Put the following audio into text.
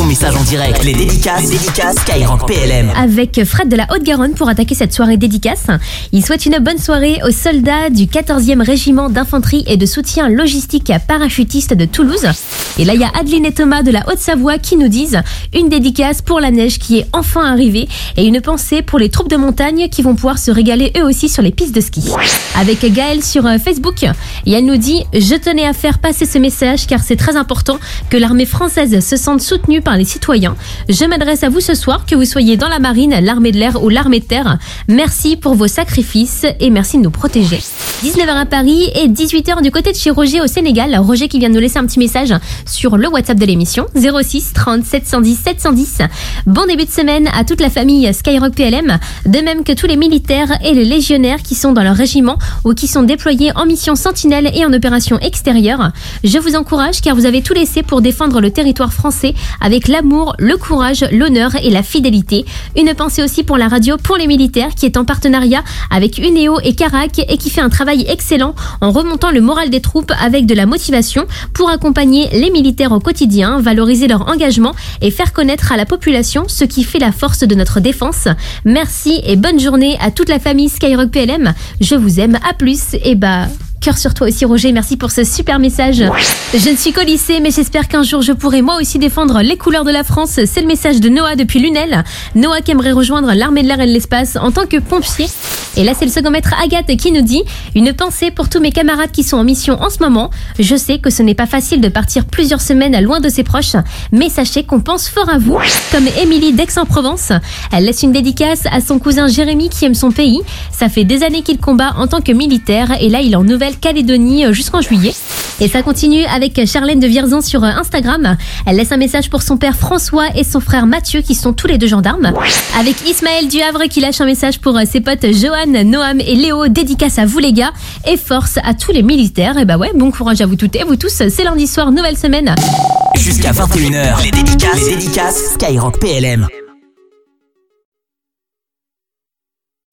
ton message en direct. Les dédicaces Skyrock PLM. Avec Fred de la Haute-Garonne pour attaquer cette soirée dédicace. Il souhaite une bonne soirée aux soldats du 14e régiment d'infanterie et de soutien logistique parachutiste de Toulouse. Et là, il y a Adeline et Thomas de la Haute-Savoie qui nous disent une dédicace pour la neige qui est enfin arrivée et une pensée pour les troupes de montagne qui vont pouvoir se régaler eux aussi sur les pistes de ski. Avec Gaëlle sur Facebook, et elle nous dit « Je tenais à faire passer ce message car c'est très important que l'armée française se sente soutenue par les citoyens. Je m'adresse à vous ce soir, que vous soyez dans la marine, l'armée de l'air ou l'armée de terre. Merci pour vos sacrifices et merci de nous protéger. » 19h à Paris et 18h du côté de chez Roger au Sénégal. Roger qui vient de nous laisser un petit message sur le WhatsApp de l'émission 06 30 710 710. Bon début de semaine à toute la famille Skyrock PLM, de même que tous les militaires et les légionnaires qui sont dans leur régiment ou qui sont déployés en mission sentinelle et en opération extérieure. Je vous encourage car vous avez tout laissé pour défendre le territoire français avec l'amour, le courage, l'honneur et la fidélité. Une pensée aussi pour la radio pour les militaires qui est en partenariat avec Unéo et Carac et qui fait un travail excellent en remontant le moral des troupes avec de la motivation pour accompagner les militaires au quotidien, valoriser leur engagement et faire connaître à la population ce qui fait la force de notre défense. Merci et bonne journée à toute la famille Skyrock PLM. Je vous aime, à plus et cœur sur toi aussi Roger, merci pour ce super message. Je ne suis qu'au lycée mais j'espère qu'un jour je pourrai moi aussi défendre les couleurs de la France. C'est le message de Noah depuis Lunel. Noah qui aimerait rejoindre l'armée de l'air et de l'espace en tant que pompier. Et là c'est le second maître Agathe qui nous dit une pensée pour tous mes camarades qui sont en mission en ce moment. Je sais que ce n'est pas facile de partir plusieurs semaines loin de ses proches, mais sachez qu'on pense fort à vous. Comme Émilie d'Aix-en-Provence, elle laisse une dédicace à son cousin Jérémy qui aime son pays. Ça fait des années qu'il combat en tant que militaire et là il est en Nouvelle-Calédonie jusqu'en juillet. Et ça continue avec Charlène de Vierzon sur Instagram. Elle laisse un message pour son père François et son frère Mathieu qui sont tous les deux gendarmes. Avec Ismaël du Havre qui lâche un message pour ses potes Johan, Noam et Léo. Dédicace à vous les gars et force à tous les militaires. Et bon courage à vous toutes et vous tous. C'est lundi soir, nouvelle semaine. Jusqu'à 21h, les dédicaces Skyrock PLM.